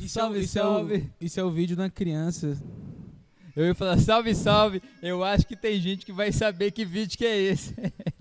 Isso é o vídeo da criança. Eu ia falar salve, salve. Eu acho que tem gente que vai saber que vídeo que é esse.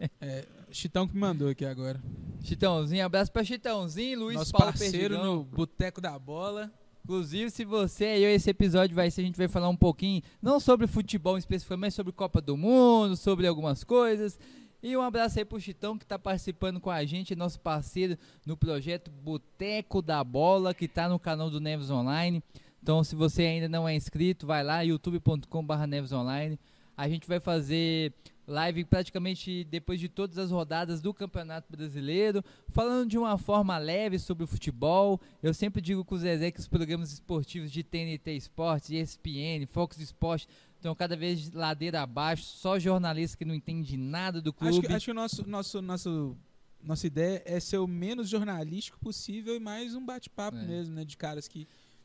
Chitão que me mandou aqui agora. Chitãozinho, abraço pra Chitãozinho, Luiz Nosso Paulo parceiro Perdigão. no Boteco da Bola. Inclusive, se você esse episódio vai ser, a gente vai falar um pouquinho, não sobre futebol em específico, mas sobre Copa do Mundo, sobre algumas coisas. E um abraço aí pro Chitão, que tá participando com a gente, nosso parceiro no projeto Boteco da Bola, que tá no canal do Neves Online. Então, se você ainda não é inscrito, vai lá, youtube.com/nevesonline. A gente vai fazer live praticamente depois de todas as rodadas do Campeonato Brasileiro, falando de uma forma leve sobre o futebol. Eu sempre digo com o Zezé que os programas esportivos de TNT Esportes, ESPN, Fox Sports estão cada vez ladeira abaixo, só jornalista que não entende nada do clube. Acho que nossa ideia é ser o menos jornalístico possível e mais um bate-papo mesmo, né, de caras que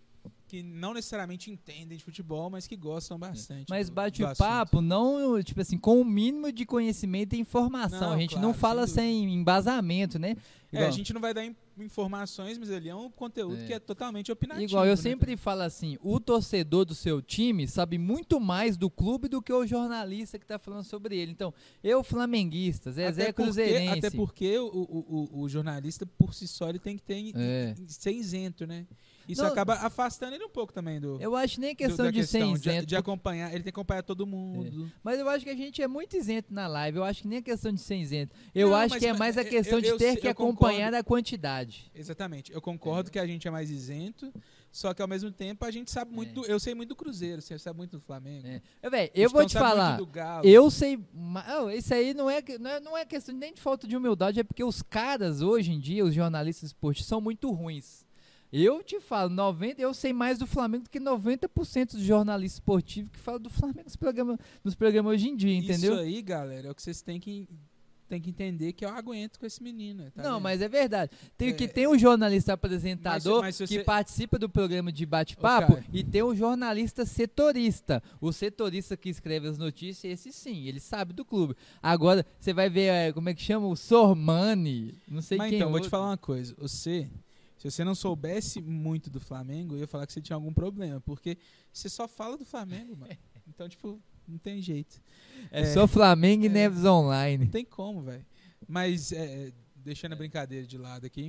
não necessariamente entendem de futebol, mas que gostam bastante. Mas bate-papo, não, tipo assim, com o mínimo de conhecimento e informação. Não, a gente claro, não fala sem embasamento, né? A gente não vai dar informações, mas ali é um conteúdo que é totalmente opinativo. Igual eu né, sempre falo assim, o torcedor do seu time sabe muito mais do clube do que o jornalista que está falando sobre ele. Então, eu flamenguista, Zezé cruzeirense. Até porque o jornalista, por si só, ele tem que ser isento, né? Isso acaba afastando ele um pouco também do... Eu acho nem questão de ser isento. De acompanhar, ele tem que acompanhar todo mundo. Mas eu acho que a gente é muito isento na live. Eu acho que nem é questão de ser isento. Eu acho que é mais a questão de ter que acompanhar a quantidade. Exatamente. Eu concordo que a gente é mais isento, só que ao mesmo tempo a gente sabe muito eu sei muito do Cruzeiro, você sabe muito do Flamengo. Eu vou te falar, eu sei, isso aí não é questão nem de falta de humildade, é porque os caras hoje em dia, os jornalistas esportivos, são muito ruins. Eu te falo, eu sei mais do Flamengo do que 90% dos jornalistas esportivos que falam do Flamengo nos programas hoje em dia, entendeu? Isso aí, galera, é o que vocês têm que entender, que eu aguento com esse menino. Tá vendo? Mas é verdade. Tem um jornalista apresentador que participa do programa de bate-papo e tem um jornalista setorista. O setorista que escreve as notícias, esse sim, ele sabe do clube. Agora, você vai ver, como é que chama? O Sormani, não sei quem. Então, vou te falar uma coisa. Se você não soubesse muito do Flamengo, eu ia falar que você tinha algum problema, porque você só fala do Flamengo, mano. Então, tipo, não tem jeito. Só Flamengo e Neves Online. Não tem como, velho. Mas, deixando a brincadeira de lado aqui,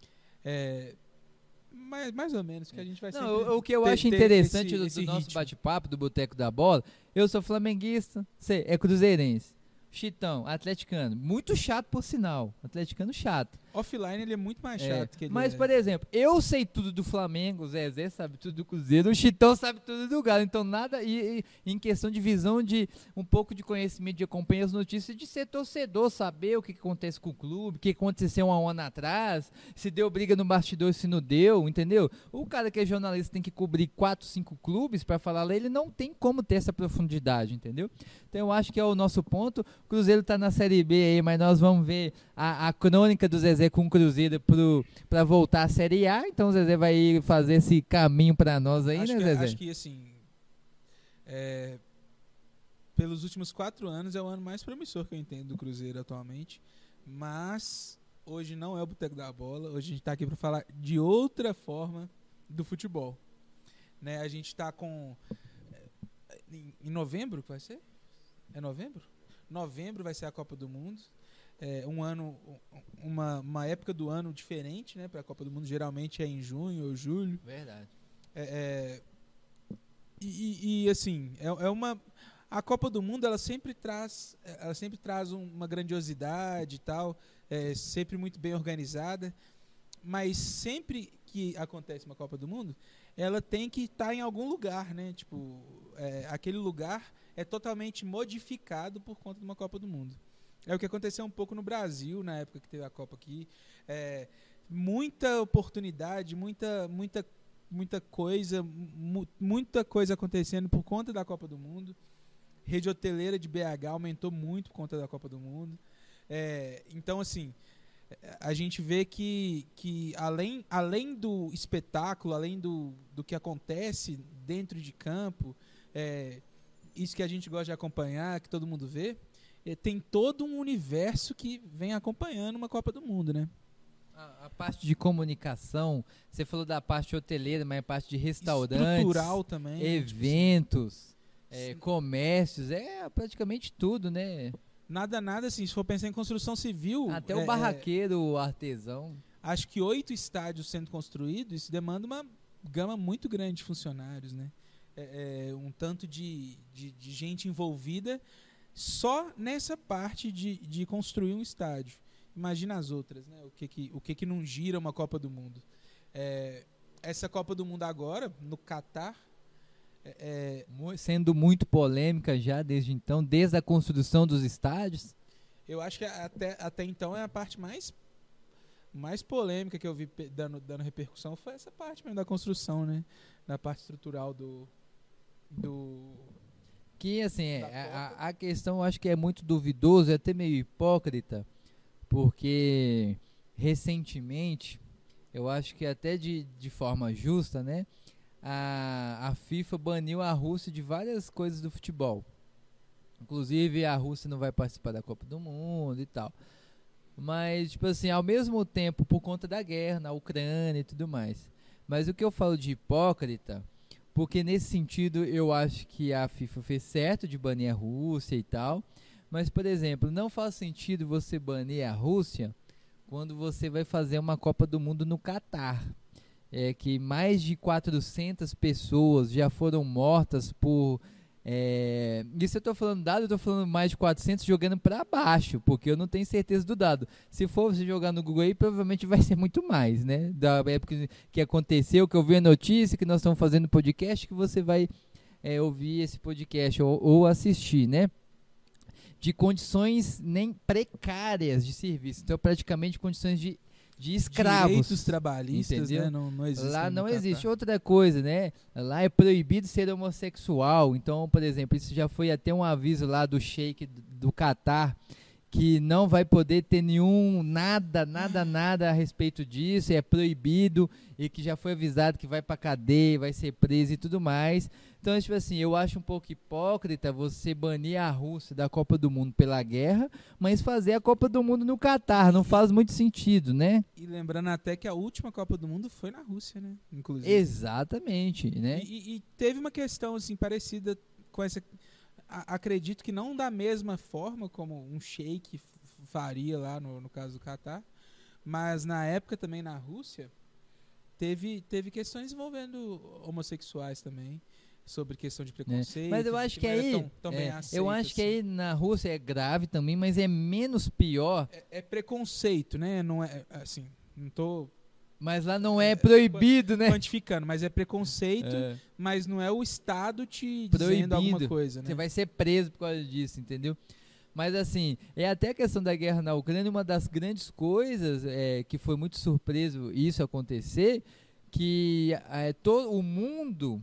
mais ou menos, que a gente vai sempre... O que eu acho interessante do nosso bate-papo, do Boteco da Bola, eu sou flamenguista, você é cruzeirense. Chitão, atleticano, muito chato por sinal, atleticano chato. Offline ele é muito mais chato que ele Mas, por exemplo, eu sei tudo do Flamengo, o Zezé sabe tudo do Cruzeiro, o Chitão sabe tudo do Galo, então nada, e em questão de visão, de um pouco de conhecimento, de acompanhar as notícias, de ser torcedor, saber o que acontece com o clube, o que aconteceu um ano atrás, se deu briga no bastidor, se não deu, entendeu? O cara que é jornalista tem que cobrir 4, 5 clubes pra falar lá, ele não tem como ter essa profundidade, entendeu? Então eu acho que é o nosso ponto. O Cruzeiro tá na Série B aí, mas nós vamos ver a crônica do Zezé com o Cruzeiro pra voltar à Série A. Então o Zezé vai fazer esse caminho pra nós aí, né, Zezé? Acho que, assim, pelos últimos 4 anos é o ano mais promissor que eu entendo do Cruzeiro atualmente. Mas hoje não é o Boteco da Bola. Hoje a gente tá aqui pra falar de outra forma do futebol. Né? A gente tá com... Em novembro que vai ser? É novembro? Novembro vai ser a Copa do Mundo. Uma época do ano diferente, né, para a Copa do Mundo. Geralmente é em junho ou julho. Verdade. Assim, a Copa do Mundo ela sempre traz uma grandiosidade e tal, sempre muito bem organizada, mas sempre que acontece uma Copa do Mundo, ela tem que estar em algum lugar, né? Tipo, aquele lugar é totalmente modificado por conta de uma Copa do Mundo. É o que aconteceu um pouco no Brasil, na época que teve a Copa aqui. Muita oportunidade, muita coisa acontecendo por conta da Copa do Mundo. Rede hoteleira de BH aumentou muito por conta da Copa do Mundo. Então, assim, a gente vê que além do espetáculo, além do que acontece dentro de campo, isso que a gente gosta de acompanhar, que todo mundo vê, tem todo um universo que vem acompanhando uma Copa do Mundo, né? A parte de comunicação, você falou da parte hoteleira, mas a parte de restaurantes, estrutural também, eventos, tipo, comércios, praticamente tudo, né? Nada, assim, se for pensar em construção civil... Até o barraqueiro, o artesão. Acho que 8 estádios sendo construídos, isso demanda uma gama muito grande de funcionários, né? Um tanto de gente envolvida só nessa parte de construir um estádio. Imagina as outras, né? O que não gira uma Copa do Mundo. Essa Copa do Mundo agora, no Catar... Sendo muito polêmica já desde então, desde a construção dos estádios. Eu acho que até então é a parte mais polêmica que eu vi dando repercussão, foi essa parte mesmo da construção, né? Da parte estrutural do que assim, a questão eu acho que é muito duvidoso, é até meio hipócrita, porque recentemente, eu acho que até de forma justa, né? A FIFA baniu a Rússia de várias coisas do futebol. Inclusive a Rússia não vai participar da Copa do Mundo e tal. Mas, tipo assim, ao mesmo tempo, por conta da guerra na Ucrânia e tudo mais. Mas o que eu falo de hipócrita, porque nesse sentido eu acho que a FIFA fez certo de banir a Rússia e tal. Mas, por exemplo, não faz sentido você banir a Rússia quando você vai fazer uma Copa do Mundo no Catar. Que mais de 400 pessoas já foram mortas por... isso eu tô falando dado, eu tô falando mais de 400 jogando pra baixo, porque eu não tenho certeza do dado. Se for você jogar no Google aí, provavelmente vai ser muito mais, né? Da época que aconteceu, que eu vi a notícia, que nós estamos fazendo podcast, que você vai ouvir esse podcast ou assistir, né? De condições nem precárias de serviço. Então, praticamente condições de escravos. Direitos trabalhistas, entendeu? Né? Não existe. Lá não existe. Outra coisa, né? Lá é proibido ser homossexual. Então, por exemplo, isso já foi até um aviso lá do Sheik do Catar, que não vai poder ter nada a respeito disso, é proibido, e que já foi avisado que vai pra cadeia, vai ser preso e tudo mais. Então, tipo assim, eu acho um pouco hipócrita você banir a Rússia da Copa do Mundo pela guerra, mas fazer a Copa do Mundo no Catar, não faz muito sentido, né? E lembrando até que a última Copa do Mundo foi na Rússia, né? Inclusive. Exatamente, né? E teve uma questão, assim, parecida com essa... Acredito que não da mesma forma como um sheik faria lá no caso do Catar, mas na época também na Rússia teve questões envolvendo homossexuais também, sobre questão de preconceito. Mas eu acho que aí eu acho que aí na Rússia é grave também, mas é menos pior. É preconceito, né? Não é assim, não tô... Mas lá não é proibido, né? Quantificando, mas é preconceito, mas não é o Estado te dizendo alguma coisa, né? Você vai ser preso por causa disso, entendeu? Mas assim, até a questão da guerra na Ucrânia, uma das grandes coisas que foi muito surpreso isso acontecer, que todo o mundo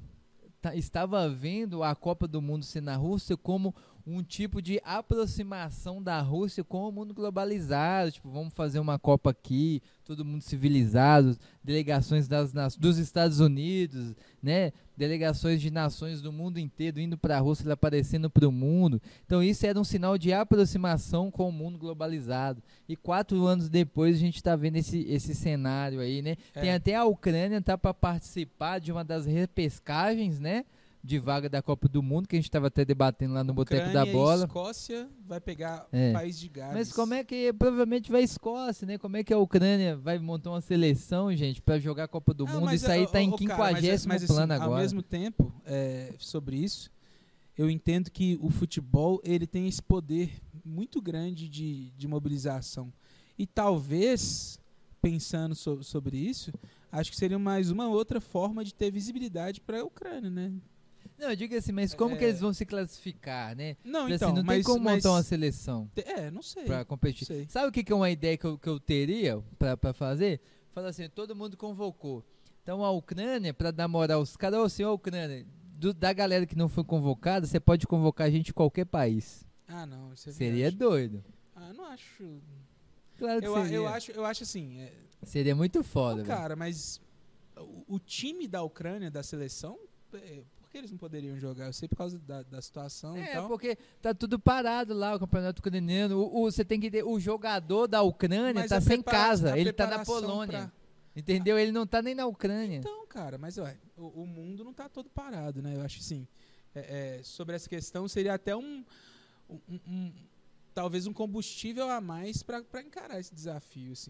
estava vendo a Copa do Mundo ser na Rússia como um tipo de aproximação da Rússia com o mundo globalizado, tipo, vamos fazer uma Copa aqui, todo mundo civilizado, delegações dos Estados Unidos, né, delegações de nações do mundo inteiro indo para a Rússia e aparecendo para o mundo. Então isso era um sinal de aproximação com o mundo globalizado. E 4 anos depois a gente está vendo esse cenário aí, né? Tem até a Ucrânia para participar de uma das repescagens, né, de vaga da Copa do Mundo, que a gente estava até debatendo lá no Boteco da Bola. A Escócia vai pegar país de Gales. Mas como é que provavelmente vai a Escócia, né? Como é que a Ucrânia vai montar uma seleção, gente, para jogar a Copa do Mundo? Isso aí está em 50º plano assim, agora. Ao mesmo tempo, sobre isso, eu entendo que o futebol ele tem esse poder muito grande de mobilização. E talvez, pensando sobre isso, acho que seria mais uma outra forma de ter visibilidade para a Ucrânia, né? Não, eu digo assim, mas como que eles vão se classificar, né? Não, então, assim, não tem como montar uma seleção. Não sei. Pra competir. Sei. Sabe o que é uma ideia que eu teria pra fazer? Falar assim, todo mundo convocou. Então a Ucrânia, pra dar moral aos caras, ou assim, a Ucrânia, da galera que não foi convocada, você pode convocar a gente de qualquer país. Ah, não, isso é seria doido. Ah, não acho. Claro que seria. Eu acho assim. Seria muito foda, cara, mas o time da Ucrânia, da seleção, por que eles não poderiam jogar? Eu sei por causa da situação e tal. Porque tá tudo parado lá, o campeonato ucraniano. Você tem que ter, o jogador da Ucrânia tá sem casa, ele tá na Polônia. Entendeu? Ele não tá nem na Ucrânia. Então, cara, mas o mundo não tá todo parado, né? Eu acho assim, sobre essa questão seria até talvez um combustível a mais para encarar esse desafio, assim.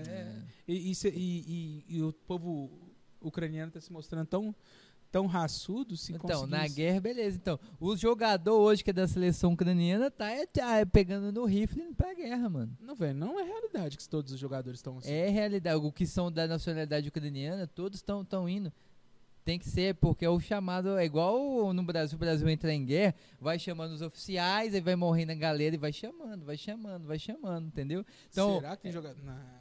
E o povo ucraniano está se mostrando tão raçudo, se então, na guerra, beleza. Então, o jogador hoje que é da seleção ucraniana tá pegando no rifle e indo pra guerra, mano. Não, velho, não é realidade que todos os jogadores estão assim. É realidade. O que são da nacionalidade ucraniana, todos estão indo. Tem que ser, porque é o chamado, é igual no Brasil, o Brasil entra em guerra, vai chamando os oficiais, aí vai morrendo a galera e vai chamando, entendeu? Então, será que tem jogador?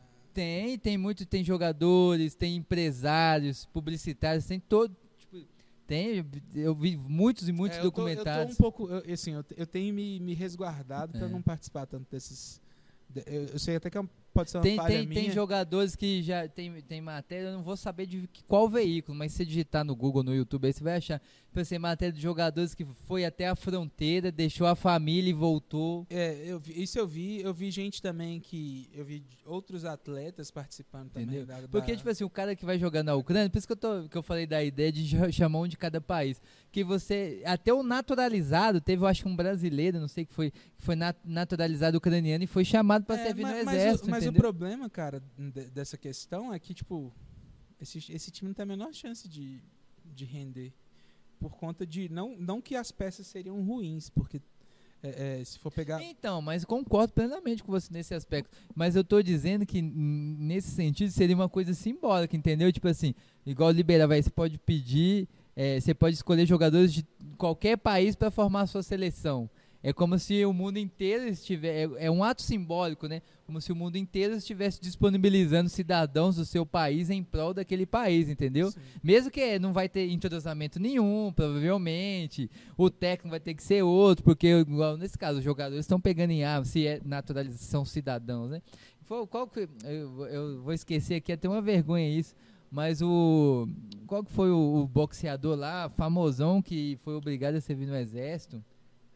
Tem jogadores, tem empresários, publicitários, tem todo, tipo, eu vi muitos documentários. Eu tô um pouco, eu tenho me resguardado para não participar tanto desses, eu sei até que pode ser uma falha minha. Tem jogadores que já tem matéria, eu não vou saber de qual veículo, mas se você digitar no Google, no YouTube, aí você vai achar. Tipo, matéria de jogadores que foi até a fronteira, deixou a família e voltou. Eu vi gente também eu vi outros atletas participando. Entendeu? Também. Porque, tipo assim, o cara que vai jogar na Ucrânia, por isso que eu falei da ideia de chamar um de cada país. Que você, até o naturalizado, teve, eu acho, um brasileiro, não sei, que foi naturalizado ucraniano e foi chamado para servir no exército. Mas o problema, cara, dessa questão é que, tipo, esse time não tem a menor chance de render. Por conta de, não que as peças seriam ruins, porque se for pegar... Então, mas concordo plenamente com você nesse aspecto. Mas eu tô dizendo que, nesse sentido, seria uma coisa simbólica, entendeu? Tipo assim, igual liberar, você pode pedir, você pode escolher jogadores de qualquer país para formar a sua seleção. É como se o mundo inteiro estivesse... É um ato simbólico, né? Como se o mundo inteiro estivesse disponibilizando cidadãos do seu país em prol daquele país, entendeu? Sim. Mesmo que não vai ter entrosamento nenhum, provavelmente. O técnico vai ter que ser outro, porque, igual nesse caso, os jogadores estão pegando em se é naturalização cidadãos, né? Eu vou esquecer aqui, até uma vergonha isso. Mas qual que foi o boxeador lá, famosão, que foi obrigado a servir no exército?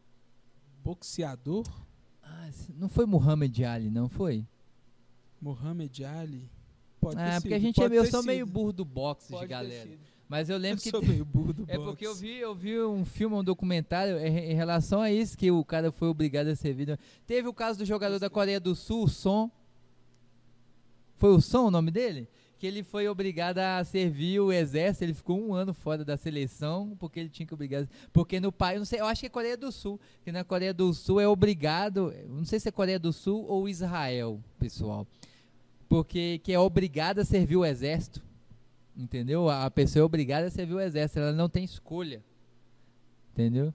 Boxeador? Não foi Muhammad Ali, não foi? Muhammad Ali? Pode ter sido. Porque a gente eu sou meio burro do boxe, de galera. Mas eu lembro que... Eu sou meio burro do boxe. Porque eu vi um filme, um documentário em relação a isso, que o cara foi obrigado a servir. Teve o caso do jogador da Coreia do Sul, o Son. Foi o Son o nome dele? Que ele foi obrigado a servir o exército, ele ficou 1 ano fora da seleção, porque ele tinha que obrigar, porque no país, não sei, eu acho que é Coreia do Sul, que na Coreia do Sul é obrigado, não sei se é Coreia do Sul ou Israel, pessoal, porque que é obrigado a servir o exército, entendeu? A pessoa é obrigada a servir o exército, ela não tem escolha, entendeu?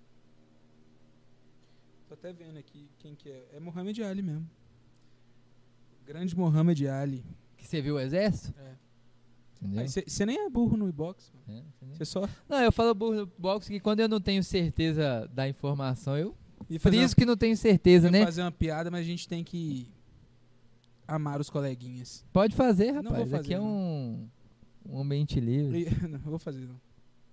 Tô até vendo aqui quem que é Muhammad Ali mesmo, grande Muhammad Ali. Que você viu o exército? Você nem é burro no boxe. Você só... Não, eu falo burro no boxe que quando eu não tenho certeza da informação, eu friso que não tenho certeza, né? fazer uma piada, mas a gente tem que amar os coleguinhas. Pode fazer, rapaz. Não vou fazer, aqui é um ambiente livre. Não vou fazer, não.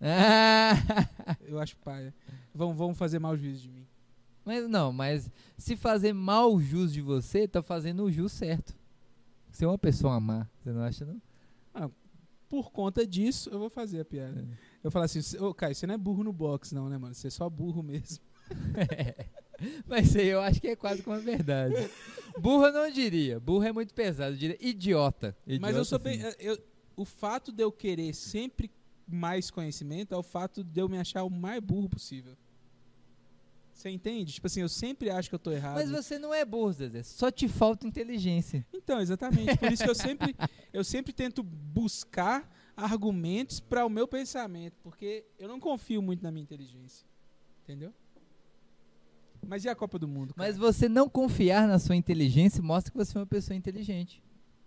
Eu acho paia. Vão fazer mau juízo de mim. Mas se fazer mau juízo de você, tá fazendo o jus certo. Você é uma pessoa má, você não acha, não? Por conta disso, eu vou fazer a piada. Eu falo assim, Caio, você não é burro no boxe, não, né, mano? Você é só burro mesmo. Mas isso aí eu acho que é quase como a verdade. Burro eu não diria. Burro é muito pesado. Eu diria idiota. Mas eu sou bem... o fato de eu querer sempre mais conhecimento é o fato de eu me achar o mais burro possível. Você entende? Tipo assim, eu sempre acho que eu tô errado. Mas você não é burro, Zezé. Só te falta inteligência. Então, exatamente. Por isso que eu sempre tento buscar argumentos para o meu pensamento. Porque eu não confio muito na minha inteligência. Entendeu? Mas e a Copa do Mundo, cara? Mas você não confiar na sua inteligência mostra que você é uma pessoa inteligente.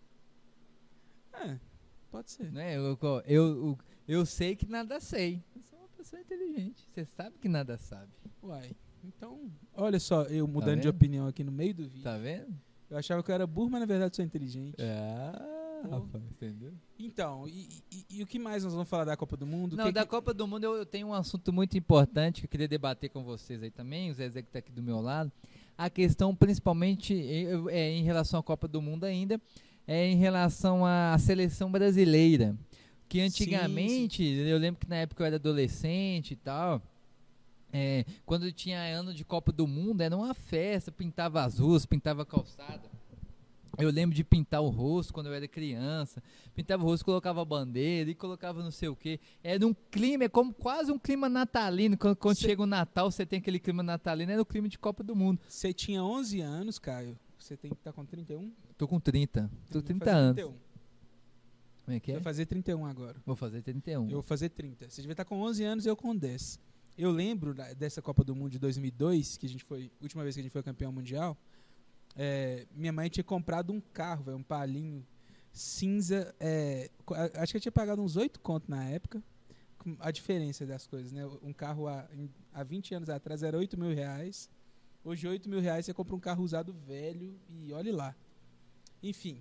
Pode ser. Né? Eu sei que nada sei. Eu sou uma pessoa inteligente. Você sabe que nada sabe. Uai. Então, olha só, eu mudando de opinião aqui no meio do vídeo. Tá vendo? Eu achava que eu era burro, mas na verdade sou inteligente. rapaz, entendeu? Então, e o que mais nós vamos falar da Copa do Mundo? Não, da Copa do Mundo eu tenho um assunto muito importante que eu queria debater com vocês aí também, o Zezé que está aqui do meu lado. A questão principalmente em relação à Copa do Mundo ainda, é em relação à seleção brasileira. Que antigamente, sim. Eu lembro que na época eu era adolescente e tal, quando tinha ano de Copa do Mundo, era uma festa, pintava as ruas, pintava a calçada. Eu lembro de pintar o rosto quando eu era criança, pintava o rosto, colocava a bandeira e colocava não sei o que. Era um clima, é como quase um clima natalino, quando chega o Natal você tem aquele clima natalino, era o clima de Copa do Mundo. Você tinha 11 anos, Caio, você tem que estar com 31? Tô com 30, tô 30 anos. 31. Como é que é? Você vai fazer 31 agora. Vou fazer 31. Eu vou fazer 30. Você devia estar com 11 anos e eu com 10. Eu lembro dessa Copa do Mundo de 2002, que a última vez que a gente foi campeão mundial. Minha mãe tinha comprado um carro, um Palinho cinza. Acho que eu tinha pagado uns 8 contos na época. A diferença das coisas, né? Um carro há 20 anos atrás era R$8.000. Hoje, R$8.000 você compra um carro usado velho e olhe lá. Enfim,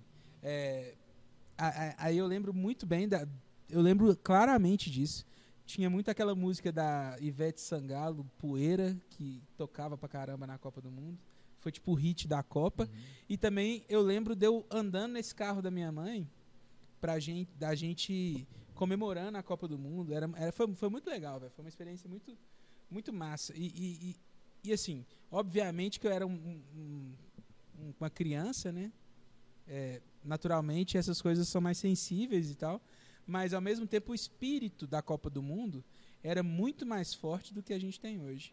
aí eu lembro muito bem, eu lembro claramente disso. Tinha muito aquela música da Ivete Sangalo, Poeira, que tocava pra caramba na Copa do Mundo. Foi tipo o hit da Copa. Uhum. E também eu lembro de eu andando nesse carro da minha mãe, da gente comemorando a Copa do Mundo. Foi muito legal, véio. Foi uma experiência muito, muito massa. E assim, obviamente que eu era uma criança, né? Naturalmente essas coisas são mais sensíveis e tal. Mas ao mesmo tempo o espírito da Copa do Mundo era muito mais forte do que a gente tem hoje.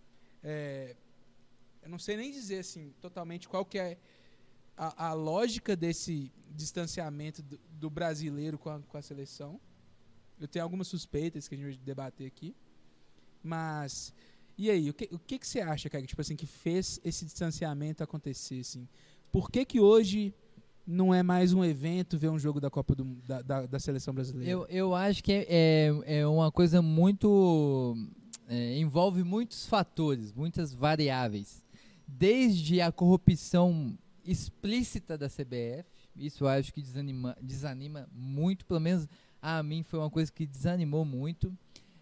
Eu não sei nem dizer assim, totalmente qual que é a lógica desse distanciamento do brasileiro com a seleção. Eu tenho algumas suspeitas que a gente vai debater aqui. Mas, e aí, o que você acha, cara, tipo assim, que fez esse distanciamento acontecer? Assim? Por que hoje não é mais um evento ver um jogo da Copa da seleção brasileira? Eu acho que é uma coisa muito... envolve muitos fatores, muitas variáveis. Desde a corrupção explícita da CBF, isso eu acho que desanima muito, pelo menos a mim foi uma coisa que desanimou muito.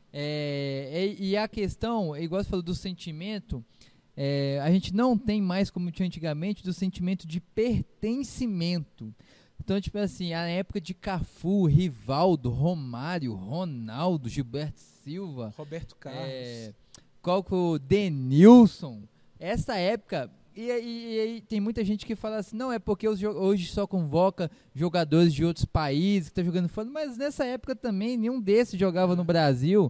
E a questão, igual você falou do sentimento, a gente não tem mais, como tinha antigamente, do sentimento de pertencimento. Então, tipo assim, a época de Cafu, Rivaldo, Romário, Ronaldo, Gilberto Silva, Roberto Carlos, Denilson, essa época, e tem muita gente que fala assim, não, é porque hoje só convoca jogadores de outros países que estão jogando fora, mas nessa época também nenhum desses jogava no Brasil,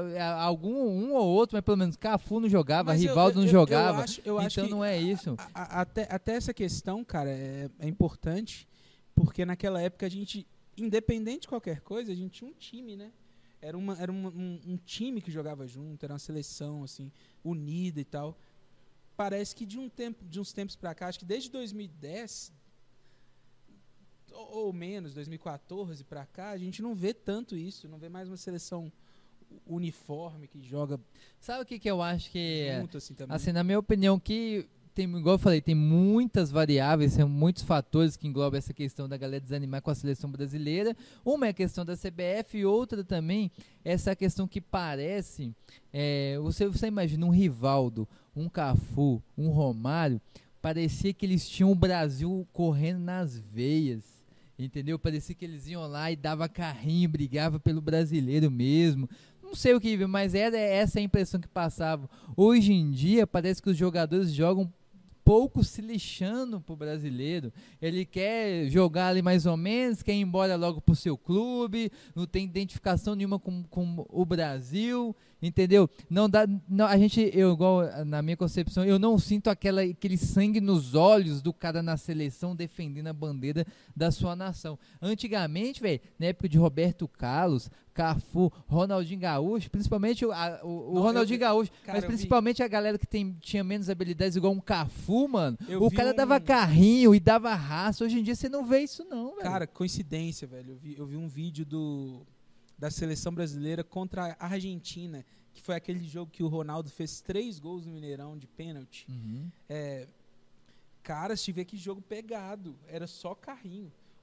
um ou outro, mas pelo menos Cafu não jogava, mas Rivaldo não jogava, eu acho então não é isso. Até essa questão, cara, é importante, porque naquela época a gente, independente de qualquer coisa, a gente tinha um time, né? Era um time que jogava junto, era uma seleção assim, unida e tal. Parece que de uns tempos pra cá, acho que desde 2010 ou menos, 2014 pra cá, a gente não vê tanto isso, não vê mais uma seleção uniforme que joga. Sabe o que eu acho que junto, assim, também? Assim, na minha opinião, que tem, igual eu falei, tem muitas variáveis, tem muitos fatores que englobam essa questão da galera desanimar com a seleção brasileira. Uma é a questão da CBF e outra também essa questão que parece, você imagina um Rivaldo, um Cafu, um Romário, parecia que eles tinham o Brasil correndo nas veias, entendeu? Parecia que eles iam lá e dava carrinho, brigava pelo brasileiro mesmo. Não sei o que, mas era essa a impressão que passava. Hoje em dia, parece que os jogadores jogam pouco se lixando pro brasileiro. Ele quer jogar ali mais ou menos, quer ir embora logo pro seu clube, não tem identificação nenhuma com o Brasil, entendeu? Igual na minha concepção, eu não sinto aquele sangue nos olhos do cara na seleção defendendo a bandeira da sua nação. Antigamente, velho, na época de Roberto Carlos, Cafu, Ronaldinho Gaúcho, principalmente o Ronaldinho Gaúcho, cara, mas principalmente a galera que tinha menos habilidades, igual um Cafu, mano. O cara dava carrinho e dava raça. Hoje em dia você não vê isso, não, velho. Cara, coincidência, velho. Eu vi um vídeo da seleção brasileira contra a Argentina, que foi aquele jogo que o Ronaldo fez 3 gols no Mineirão de pênalti. Uhum. Cara, se tiver que jogo pegado, era só carrinho.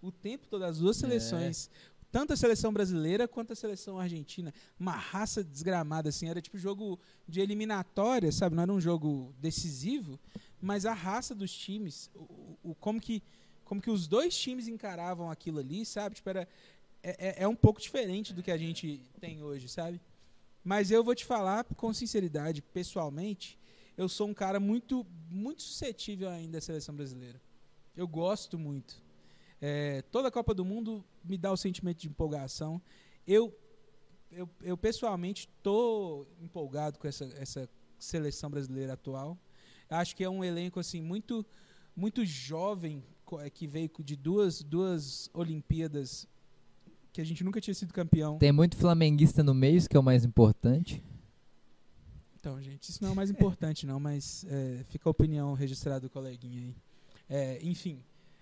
o tempo todo, as duas seleções, tanto a seleção brasileira quanto a seleção argentina, uma raça desgramada, assim, era tipo jogo de eliminatória, sabe? Não era um jogo decisivo, mas a raça dos times, como que os dois times encaravam aquilo ali, sabe? Tipo, é um pouco diferente do que a gente tem hoje, sabe? Mas eu vou te falar com sinceridade, pessoalmente, eu sou um cara muito, muito suscetível ainda à seleção brasileira. Eu gosto muito. Toda a Copa do Mundo me dá o sentimento de empolgação. Eu pessoalmente estou empolgado com essa seleção brasileira atual. Acho que é um elenco assim, muito, muito jovem, que veio de duas Olimpíadas que a gente nunca tinha sido campeão. Tem muito flamenguista no meio, isso que é o mais importante. Então, gente, isso não é o mais importante, não, mas fica a opinião registrada do coleguinha aí. Enfim,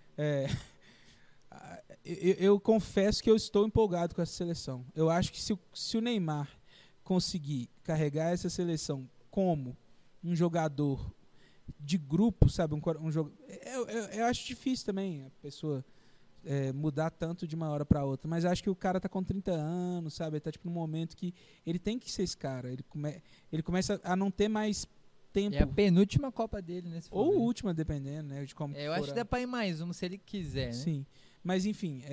eu confesso que eu estou empolgado com essa seleção. Eu acho que se o Neymar conseguir carregar essa seleção como um jogador de grupo, sabe, um jogo, eu acho difícil também a pessoa mudar tanto de uma hora para outra, mas acho que o cara tá com 30 anos, sabe, ele tá tipo num momento que ele tem que ser esse cara, ele começa a não ter mais tempo. É a penúltima Copa dele, né? Ou última, dependendo, né, de como eu acho que dá pra ir mais uma se ele quiser, né? Sim, mas enfim,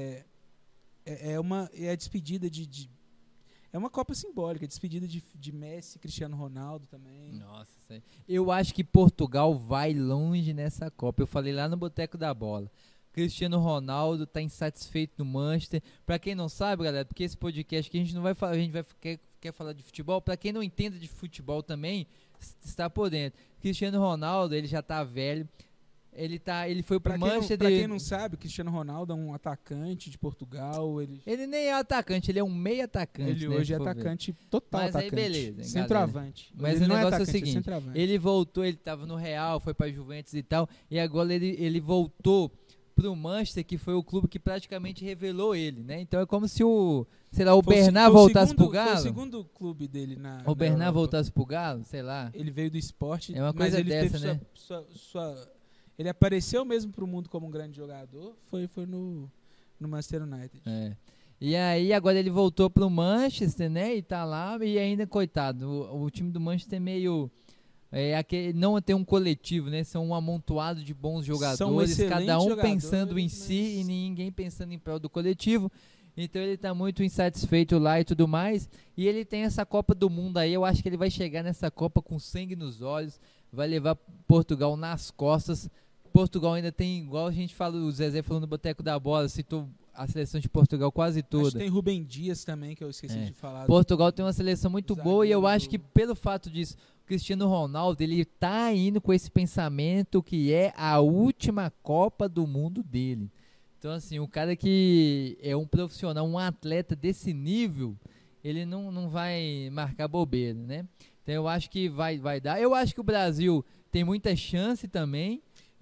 é a despedida é uma Copa simbólica, despedida de Messi, Cristiano Ronaldo também. Nossa, eu acho que Portugal vai longe nessa Copa. Eu falei lá no Boteco da Bola. Cristiano Ronaldo está insatisfeito no Manchester. Para quem não sabe, galera, porque esse podcast aqui a gente não vai falar, a gente quer falar de futebol. Para quem não entende de futebol também, está por dentro. Cristiano Ronaldo, ele já está velho. Ele foi pro Manchester. Pra quem não sabe, o Cristiano Ronaldo é um atacante de Portugal. Ele nem é atacante, ele é um meio atacante. Ele hoje é atacante, total mas atacante. Aí beleza, centroavante. Mas o negócio é o seguinte: ele voltou, ele tava no Real, foi pra Juventus e tal, e agora ele voltou pro Manchester, que foi o clube que praticamente revelou ele, né? Então é como se o Bernard voltasse pro Galo. Foi o segundo clube dele o Bernard voltasse pro Galo, sei lá. Ele veio do esporte. É uma coisa ele dessa, teve né? Ele apareceu mesmo pro mundo como um grande jogador, foi no Manchester United. E aí agora ele voltou pro Manchester, né? E tá lá, e ainda, coitado, o time do Manchester é meio... não tem um coletivo, né? São um amontoado de bons jogadores, cada um pensando em si e ninguém pensando em prol do coletivo. Então ele tá muito insatisfeito lá e tudo mais. E ele tem essa Copa do Mundo aí. Eu acho que ele vai chegar nessa Copa com sangue nos olhos, vai levar Portugal nas costas. Portugal ainda tem, igual a gente fala, o Zezé falou no Boteco da Bola, citou a seleção de Portugal quase toda. Acho que tem Rubem Dias também, que eu esqueci de falar. Portugal tem uma seleção muito boa e eu acho que pelo fato disso, o Cristiano Ronaldo, ele tá indo com esse pensamento que é a última Copa do Mundo dele. Então assim, o cara que é um profissional, um atleta desse nível, ele não vai marcar bobeira, né? Então eu acho que vai dar. Eu acho que o Brasil tem muita chance também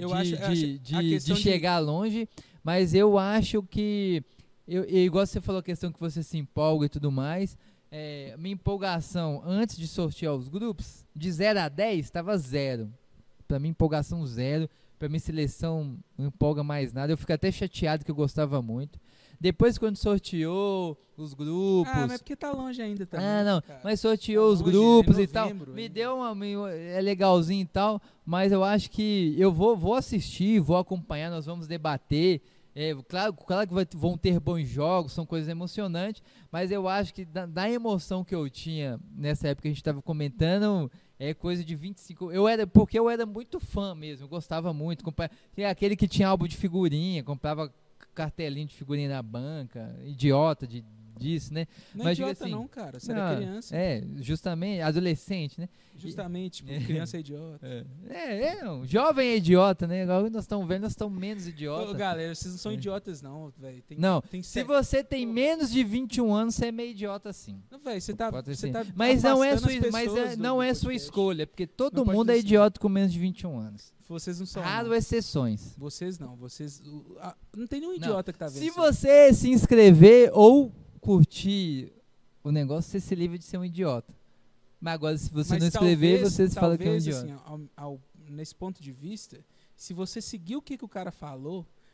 de chegar longe, mas eu acho que, igual você falou a questão que você se empolga e tudo mais, minha empolgação antes de sortear os grupos, de 0 a 10, estava 0. Para mim, empolgação 0. Para mim, seleção não empolga mais nada. Eu fico até chateado, que eu gostava muito. Depois, quando sorteou os grupos... mas é porque tá longe ainda também. Não. Cara. Mas sorteou os grupos e tal. Me deu é legalzinho e tal. Mas eu acho que eu vou assistir, vou acompanhar, nós vamos debater. Claro que vão ter bons jogos, são coisas emocionantes. Mas eu acho que da emoção que eu tinha nessa época que a gente estava comentando... É coisa de 25... Porque eu era muito fã mesmo, eu gostava muito. Aquele que tinha álbum de figurinha, comprava cartelinho de figurinha na banca, idiota disso, né? Não é idiota assim, não, cara, você era criança. Justamente, adolescente, né? Justamente, criança é idiota. Não, jovem é idiota, né? Agora nós estamos vendo, nós estamos menos idiotas. Ô, galera, vocês não são idiotas não, velho. Se você tem menos de 21 anos, você é meio idiota sim. Não, velho, você tá mas não é sua escolha, porque todo mundo é idiota com menos de 21 anos. Vocês não são. Raro exceções. Vocês não, não tem nenhum idiota que tá vendo. Se você se inscrever ou curtir o negócio, você se livra de ser um idiota. Mas agora, se você não inscrever, você fala que é um idiota. Assim, nesse ponto de vista, se você seguir o que o cara falou,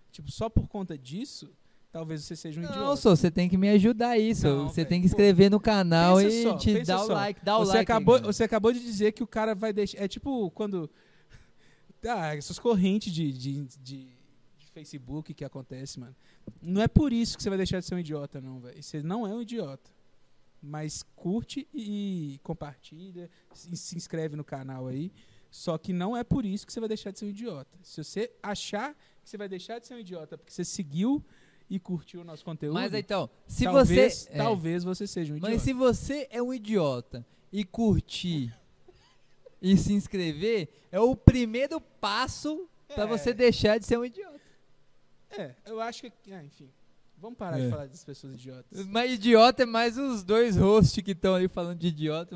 Tipo, só por conta disso, talvez você seja um idiota. Não, só você tem que me ajudar isso. Não, você véio, tem que inscrever no canal e te pensa dar o só. like, dá o Você like. você acabou de dizer que o cara vai deixar... É tipo quando... essas correntes de Facebook que acontece, mano. Não é por isso que você vai deixar de ser um idiota, não, velho. Você não é um idiota. Mas curte e compartilha, se inscreve no canal aí. Só que não é por isso que você vai deixar de ser um idiota. Se você achar que você vai deixar de ser um idiota porque você seguiu e curtiu o nosso conteúdo... Mas então, se talvez você seja um idiota. Mas se você é um idiota e curtir e se inscrever, é o primeiro passo pra você deixar de ser um idiota. Eu acho que... enfim, vamos parar de falar das pessoas idiotas. Mas idiota é mais os dois hosts que estão ali falando de idiota.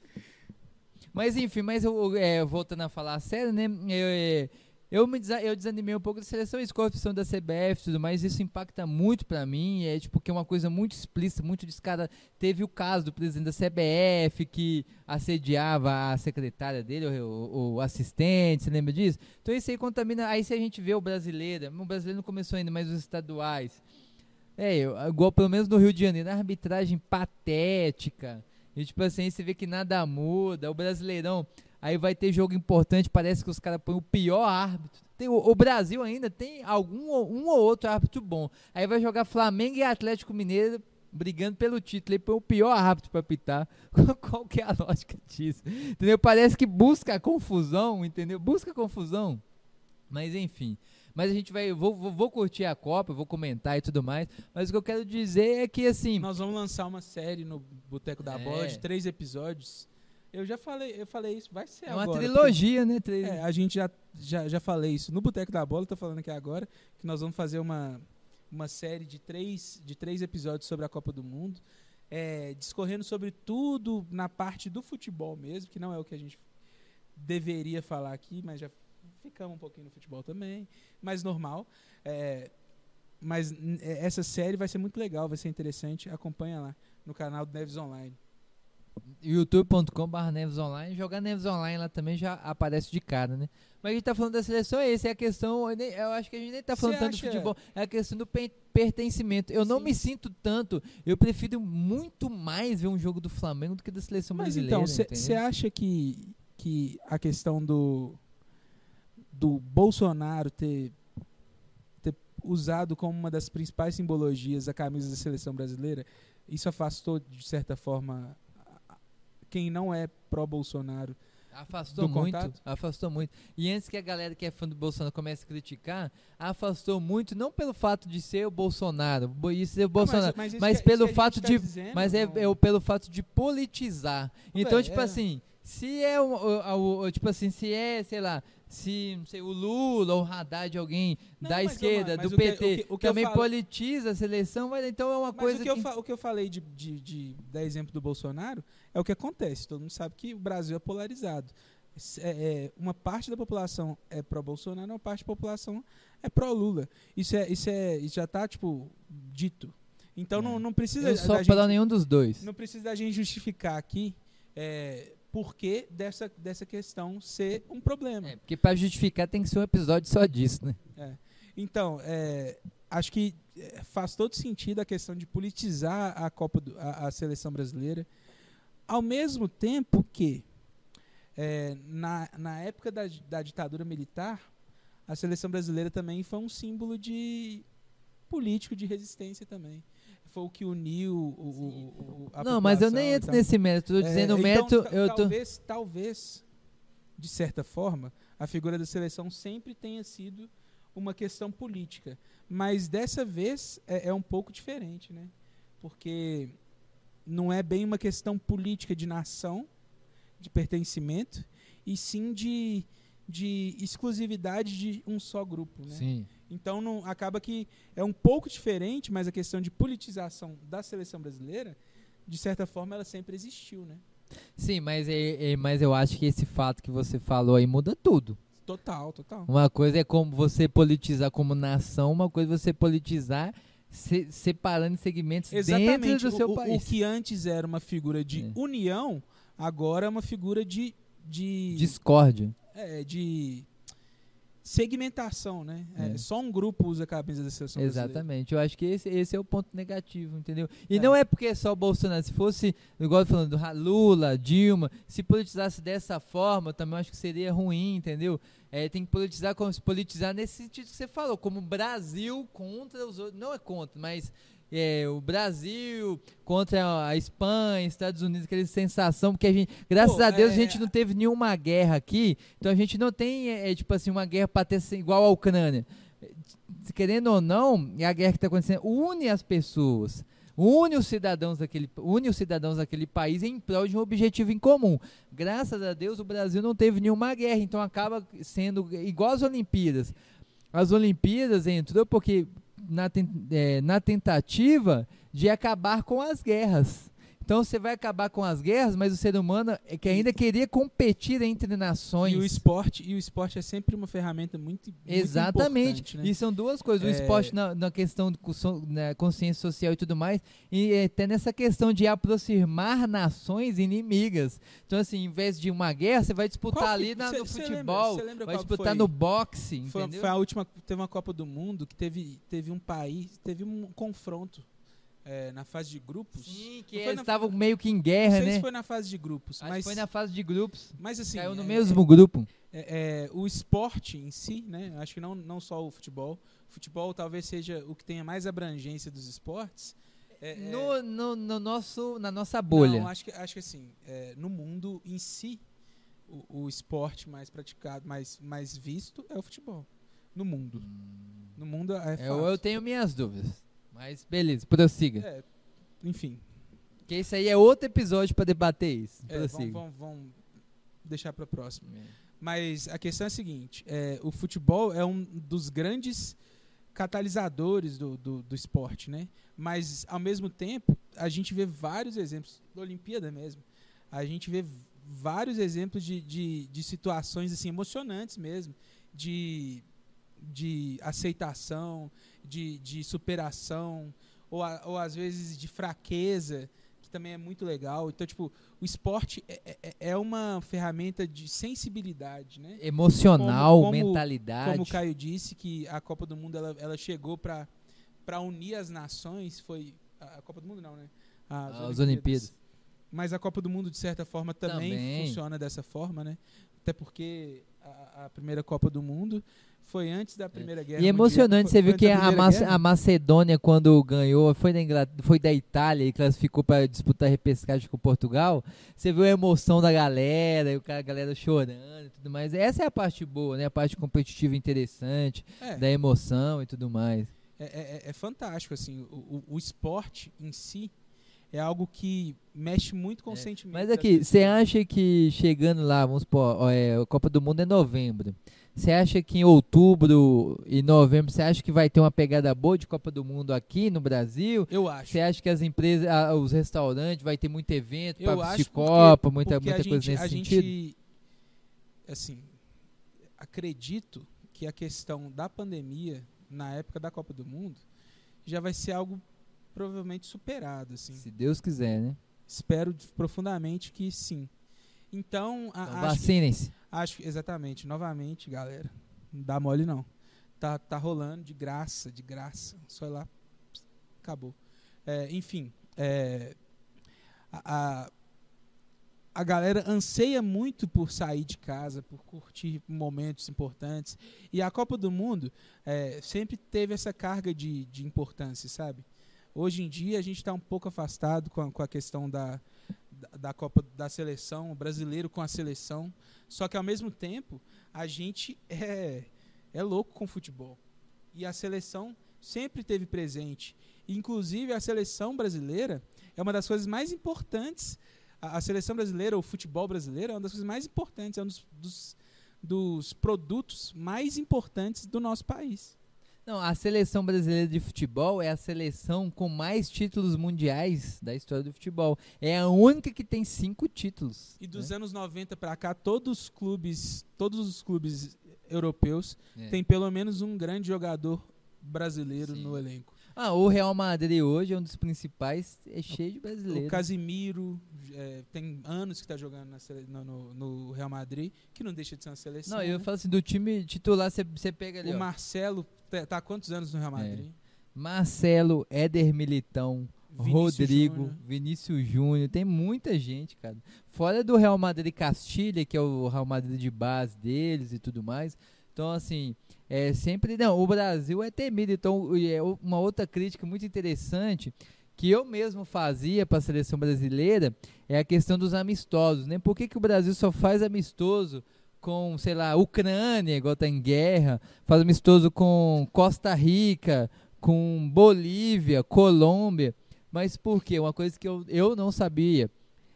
Mas enfim, voltando a falar sério, né? Eu desanimei um pouco da seleção, isso, corrupção da CBF e tudo mais, isso impacta muito pra mim, que é uma coisa muito explícita, muito descarada. Teve o caso do presidente da CBF que assediava a secretária dele, o assistente, você lembra disso? Então isso aí contamina, aí se a gente vê o brasileiro não começou ainda, mas os estaduais, igual pelo menos no Rio de Janeiro, a arbitragem patética, e tipo assim, você vê que nada muda, o Brasileirão... Aí vai ter jogo importante, parece que os caras põem o pior árbitro. O Brasil ainda tem um ou outro árbitro bom. Aí vai jogar Flamengo e Atlético Mineiro brigando pelo título. Aí põe o pior árbitro pra pitar. Qual que é a lógica disso? Entendeu? Parece que busca confusão, entendeu? Busca confusão. Mas enfim. Mas a gente vai... Vou curtir a Copa, vou comentar e tudo mais. Mas o que eu quero dizer é que assim... Nós vamos lançar uma série no Boteco da Bola de 3 episódios... Eu falei isso, vai ser agora. É uma trilogia, né? A gente já falei isso no Boteco da Bola, tô falando aqui agora, que nós vamos fazer uma série de três episódios sobre a Copa do Mundo, discorrendo sobre tudo na parte do futebol mesmo, que não é o que a gente deveria falar aqui, mas já ficamos um pouquinho no futebol também, mais normal. Mas essa série vai ser muito legal, vai ser interessante, acompanha lá no canal do Neves Online. youtube.com/Neves Online, jogar Neves Online lá também já aparece de cara, né? Mas a gente tá falando da seleção, essa é a questão, eu acho que a gente nem tá falando tanto de futebol, é a questão do pertencimento. Eu não me sinto tanto, eu prefiro muito mais ver um jogo do Flamengo do que da seleção brasileira. Mas então, você acha que a questão do Bolsonaro ter usado como uma das principais simbologias a camisa da seleção brasileira, isso afastou, de certa forma, quem não é pró-Bolsonaro? Afastou muito. E antes que a galera que é fã do Bolsonaro comece a criticar, afastou muito, não pelo fato de ser o Bolsonaro, mas pelo fato de, mas pelo fato de politizar. Então, tipo assim, se é sei lá, se o Lula ou o Haddad, alguém da esquerda, do PT, também politiza a seleção, então é uma coisa que... O que eu falei de dar exemplo do Bolsonaro é o que acontece. Todo mundo sabe que o Brasil é polarizado. Uma parte da população é pró-Bolsonaro, uma parte da população é pró-Lula. Isso já está, dito. Então não precisa... Eu só para nenhum dos dois. Não precisa da gente justificar aqui... porque dessa questão ser um problema. Porque para justificar tem que ser um episódio só disso, né? Então, acho que faz todo sentido a questão de politizar a seleção brasileira, ao mesmo tempo que na época da ditadura militar, a seleção brasileira também foi um símbolo de político de resistência também. Foi o que uniu a população. Mas eu nem entro nesse mérito. Estou dizendo o mérito... Talvez, de certa forma, a figura da seleção sempre tenha sido uma questão política. Mas dessa vez é um pouco diferente, né? Porque não é bem uma questão política de nação, de pertencimento, e sim de exclusividade de um só grupo, né? Sim. Então acaba que é um pouco diferente, mas a questão de politização da seleção brasileira, de certa forma, ela sempre existiu, né? Sim, mas eu acho que esse fato que você falou aí muda tudo. Total. Uma coisa é como você politizar como nação, uma coisa é você politizar separando segmentos dentro do seu país. O que antes era uma figura de união, agora é uma figura de discórdia. segmentação, né? Só um grupo usa a camisa da seleção brasileira. Exatamente, eu acho que esse é o ponto negativo, entendeu? E não é porque é só o Bolsonaro, se fosse, igual falando do Lula, Dilma, se politizasse dessa forma, também acho que seria ruim, entendeu? Tem que politizar nesse sentido que você falou, como Brasil contra os outros, não é contra, mas o Brasil contra a Espanha, Estados Unidos, aquela sensação, porque a gente, graças a Deus, a gente não teve nenhuma guerra aqui, então a gente não tem, tipo assim, uma guerra para ter igual a Ucrânia. Querendo ou não, a guerra que está acontecendo une as pessoas, une os cidadãos daquele país em prol de um objetivo em comum. Graças a Deus, o Brasil não teve nenhuma guerra, então acaba sendo igual às Olimpíadas. As Olimpíadas entrou porque na tentativa de acabar com as guerras. Então você vai acabar com as guerras, mas o ser humano que ainda queria competir entre nações. E o esporte é sempre uma ferramenta muito Exatamente. Importante, né? E são duas coisas. O esporte na questão da consciência social e tudo mais, e até nessa questão de aproximar nações inimigas. Então, assim, em vez de uma guerra, você vai disputar no futebol, vai disputar no boxe, entendeu? Foi a última, teve uma Copa do Mundo que teve um confronto. Na fase de grupos. Sim, que eles estavam meio que em guerra, né? Não sei se foi na fase de grupos. Mas foi na fase de grupos. Mas assim... Caiu no mesmo grupo. O esporte em si, né? Acho que não só o futebol. O futebol talvez seja o que tenha mais abrangência dos esportes. Na nossa bolha. Não, acho que assim, no mundo em si, o esporte mais praticado, mais visto é o futebol. No mundo. No mundo é fato. Eu tenho minhas dúvidas. Mas beleza, prossiga. Enfim. Porque isso aí é outro episódio para debater isso. Vamos deixar para próximo. Mas a questão é a seguinte: o futebol é um dos grandes catalisadores do esporte, né? Mas, ao mesmo tempo, a gente vê vários exemplos, da Olimpíada mesmo, a gente vê vários exemplos de situações assim, emocionantes mesmo, de aceitação, de superação, ou às vezes de fraqueza, que também é muito legal. Então, tipo, o esporte é uma ferramenta de sensibilidade, né? Emocional, mentalidade. Como o Caio disse, que a Copa do Mundo ela chegou para unir as nações. Foi a Copa do Mundo não, né? As Olimpíadas. Mas a Copa do Mundo, de certa forma, também funciona dessa forma, né? Até porque a primeira Copa do Mundo foi antes da Primeira Guerra Mundial. E é emocionante, você viu que a Macedônia, quando ganhou, foi da Itália e classificou para disputar a repescagem com Portugal. Você viu a emoção da galera, a galera chorando e tudo mais. Essa é a parte boa, né? A parte competitiva interessante, da emoção e tudo mais. É fantástico, assim. O esporte em si é algo que mexe muito com o sentimento. Mas aqui, você acha que chegando lá, vamos supor, a Copa do Mundo é novembro. Você acha que em outubro e novembro, você acha que vai ter uma pegada boa de Copa do Mundo aqui no Brasil? Eu acho. Você acha que as empresas, os restaurantes, vai ter muito evento para assistir Copa, muita coisa nesse sentido? Assim, acredito que a questão da pandemia, na época da Copa do Mundo, já vai ser algo provavelmente superado, assim. Se Deus quiser, né? Espero profundamente que sim. Então vacinem-se. Exatamente. Novamente, galera, não dá mole não. Tá rolando de graça. Só ir lá, acabou. Enfim, a galera anseia muito por sair de casa, por curtir momentos importantes. E a Copa do Mundo sempre teve essa carga de importância, sabe? Hoje em dia a gente está um pouco afastado com a questão da Copa da Seleção, o brasileiro com a seleção. Só que ao mesmo tempo a gente é louco com futebol. E a seleção sempre esteve presente. Inclusive a seleção brasileira é uma das coisas mais importantes. A seleção brasileira, o futebol brasileiro, é uma das coisas mais importantes, é um dos produtos mais importantes do nosso país. Não, a seleção brasileira de futebol é a seleção com mais títulos mundiais da história do futebol. É a única que tem 5 títulos. E dos anos 90 para cá, todos os clubes europeus têm pelo menos um grande jogador brasileiro no elenco. O Real Madrid hoje é um dos principais, é cheio de brasileiros. O Casimiro tem anos que está jogando no Real Madrid, que não deixa de ser uma seleção. Não, eu falo assim, do time titular, você pega ali, o Marcelo tá há quantos anos no Real Madrid? Marcelo, Éder Militão, Vinícius Rodrigo, Júnior. Vinícius Júnior, tem muita gente, cara. Fora do Real Madrid Castilha, que é o Real Madrid de base deles e tudo mais. Então, assim, sempre... Não, o Brasil é temido. Então, uma outra crítica muito interessante que eu mesmo fazia para a seleção brasileira é a questão dos amistosos, né? Por que o Brasil só faz amistoso com, sei lá, Ucrânia, igual tá em guerra, faz amistoso com Costa Rica, com Bolívia, Colômbia? Mas por quê? Uma coisa que eu não sabia,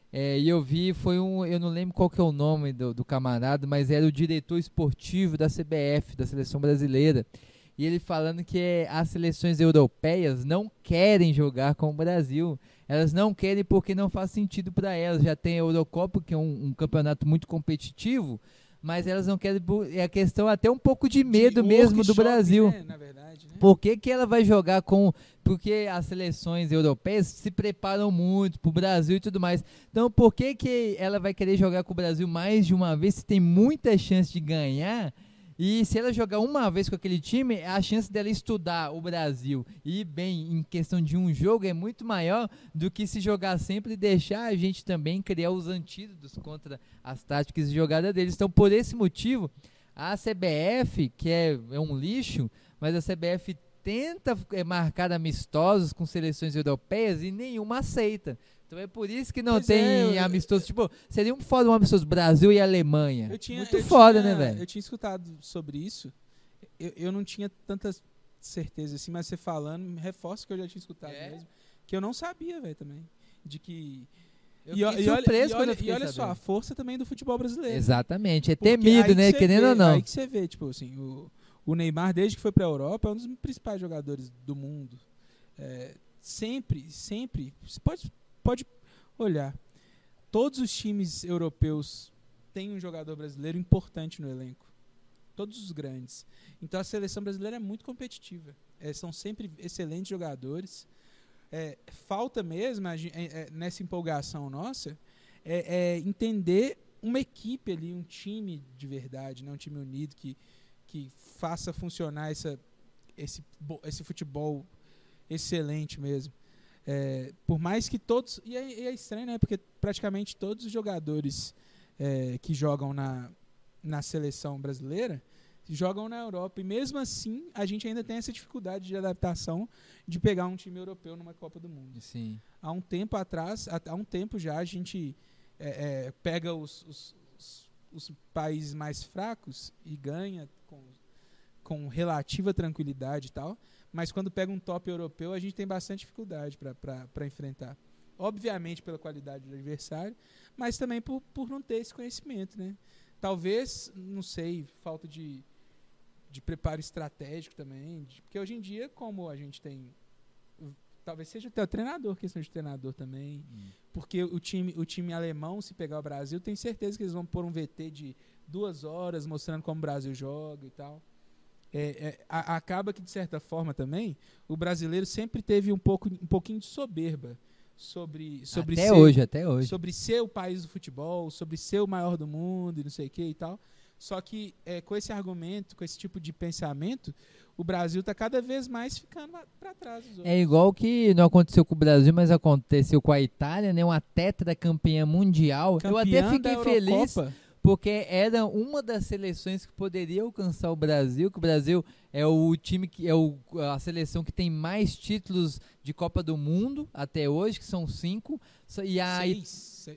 e eu vi, eu não lembro qual que é o nome do camarada, mas era o diretor esportivo da CBF, da seleção brasileira, e ele falando que as seleções europeias não querem jogar com o Brasil, elas não querem porque não faz sentido para elas, já tem a Eurocopa, que é um campeonato muito competitivo, mas elas não querem, é a questão até um pouco de medo mesmo do Brasil. Né, na verdade, né? Por que ela vai jogar porque as seleções europeias se preparam muito pro Brasil e tudo mais. Então, por que ela vai querer jogar com o Brasil mais de uma vez se tem muita chance de ganhar? E se ela jogar uma vez com aquele time, a chance dela estudar o Brasil e ir bem em questão de um jogo é muito maior do que se jogar sempre e deixar a gente também criar os antídotos contra as táticas de jogada deles. Então, por esse motivo, a CBF, que é um lixo, mas a CBF tenta marcar amistosos com seleções europeias e nenhuma aceita. Então é por isso que não tem amistoso. Tipo, seria um amistoso Brasil e Alemanha. Muito foda, né, velho? Eu tinha escutado sobre isso. Eu não tinha tanta certeza assim, mas você falando, reforça que eu já tinha escutado mesmo. Que eu não sabia, velho, também. De que... E olha só, a força também do futebol brasileiro. Exatamente, é temido, né? Querendo ou não. Aí que você vê, tipo assim, o Neymar, desde que foi pra Europa, é um dos principais jogadores do mundo. Sempre, você pode olhar. Todos os times europeus têm um jogador brasileiro importante no elenco. Todos os grandes. Então a seleção brasileira é muito competitiva. São sempre excelentes jogadores. Falta mesmo, nessa empolgação nossa, entender uma equipe ali, um time de verdade, né? Um time unido que faça funcionar esse futebol excelente mesmo. Por mais que todos... E é estranho, né? Porque praticamente todos os jogadores que jogam na seleção brasileira jogam na Europa. E mesmo assim, a gente ainda tem essa dificuldade de adaptação de pegar um time europeu numa Copa do Mundo. Sim. Há um tempo já, a gente pega os países mais fracos e ganha com relativa tranquilidade e tal. Mas quando pega um top europeu, a gente tem bastante dificuldade para enfrentar. Obviamente pela qualidade do adversário, mas também por não ter esse conhecimento, né? Talvez, não sei, falta de preparo estratégico também. Porque hoje em dia, como a gente tem... Talvez seja até o treinador, questão de treinador também. Porque o time alemão, se pegar o Brasil, tem certeza que eles vão pôr um VT de 2 horas mostrando como o Brasil joga e tal. Acaba que, de certa forma, também, o brasileiro sempre teve um pouquinho de soberba sobre até hoje. Sobre ser o país do futebol, sobre ser o maior do mundo e não sei o que e tal. Só que com esse argumento, com esse tipo de pensamento, o Brasil está cada vez mais ficando para trás dos outros. É igual que não aconteceu com o Brasil, mas aconteceu com a Itália, né? Uma tetracampeã mundial. Eu até fiquei feliz, porque era uma das seleções que poderia alcançar o Brasil, que o Brasil é o time que a seleção que tem mais títulos de Copa do Mundo até hoje, que são 5. E a 6?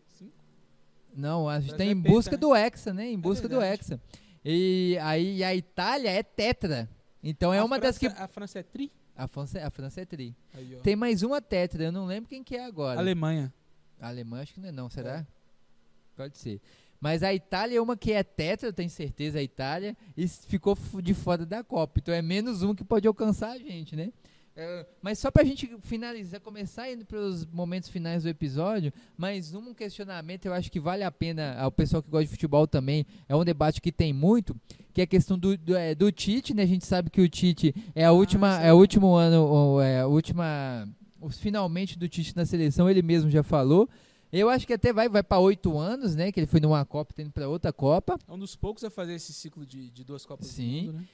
Não, a gente está em busca do Hexa, né? Em busca do Hexa. E aí a Itália é tetra. Então é uma das que... A França é tri? A França é tri. Aí, tem mais uma tetra, eu não lembro quem que é agora. Alemanha. A Alemanha acho que não é não, será? Pode ser. Mas a Itália é uma que é tetra, eu tenho certeza, a Itália, e ficou de fora da Copa. Então é menos um que pode alcançar a gente, né? Mas só pra gente finalizar, começar indo pros momentos finais do episódio, mais um questionamento, eu acho que vale a pena ao pessoal que gosta de futebol também, é um debate que tem muito, que é a questão do Tite, né? A gente sabe que o Tite é o último ano, os finalmente do Tite na seleção, ele mesmo já falou. Eu acho que até vai para 8 anos, né? Que ele foi numa Copa, tá indo para outra Copa. É um dos poucos a fazer esse ciclo de 2 Copas Sim. do Mundo, né?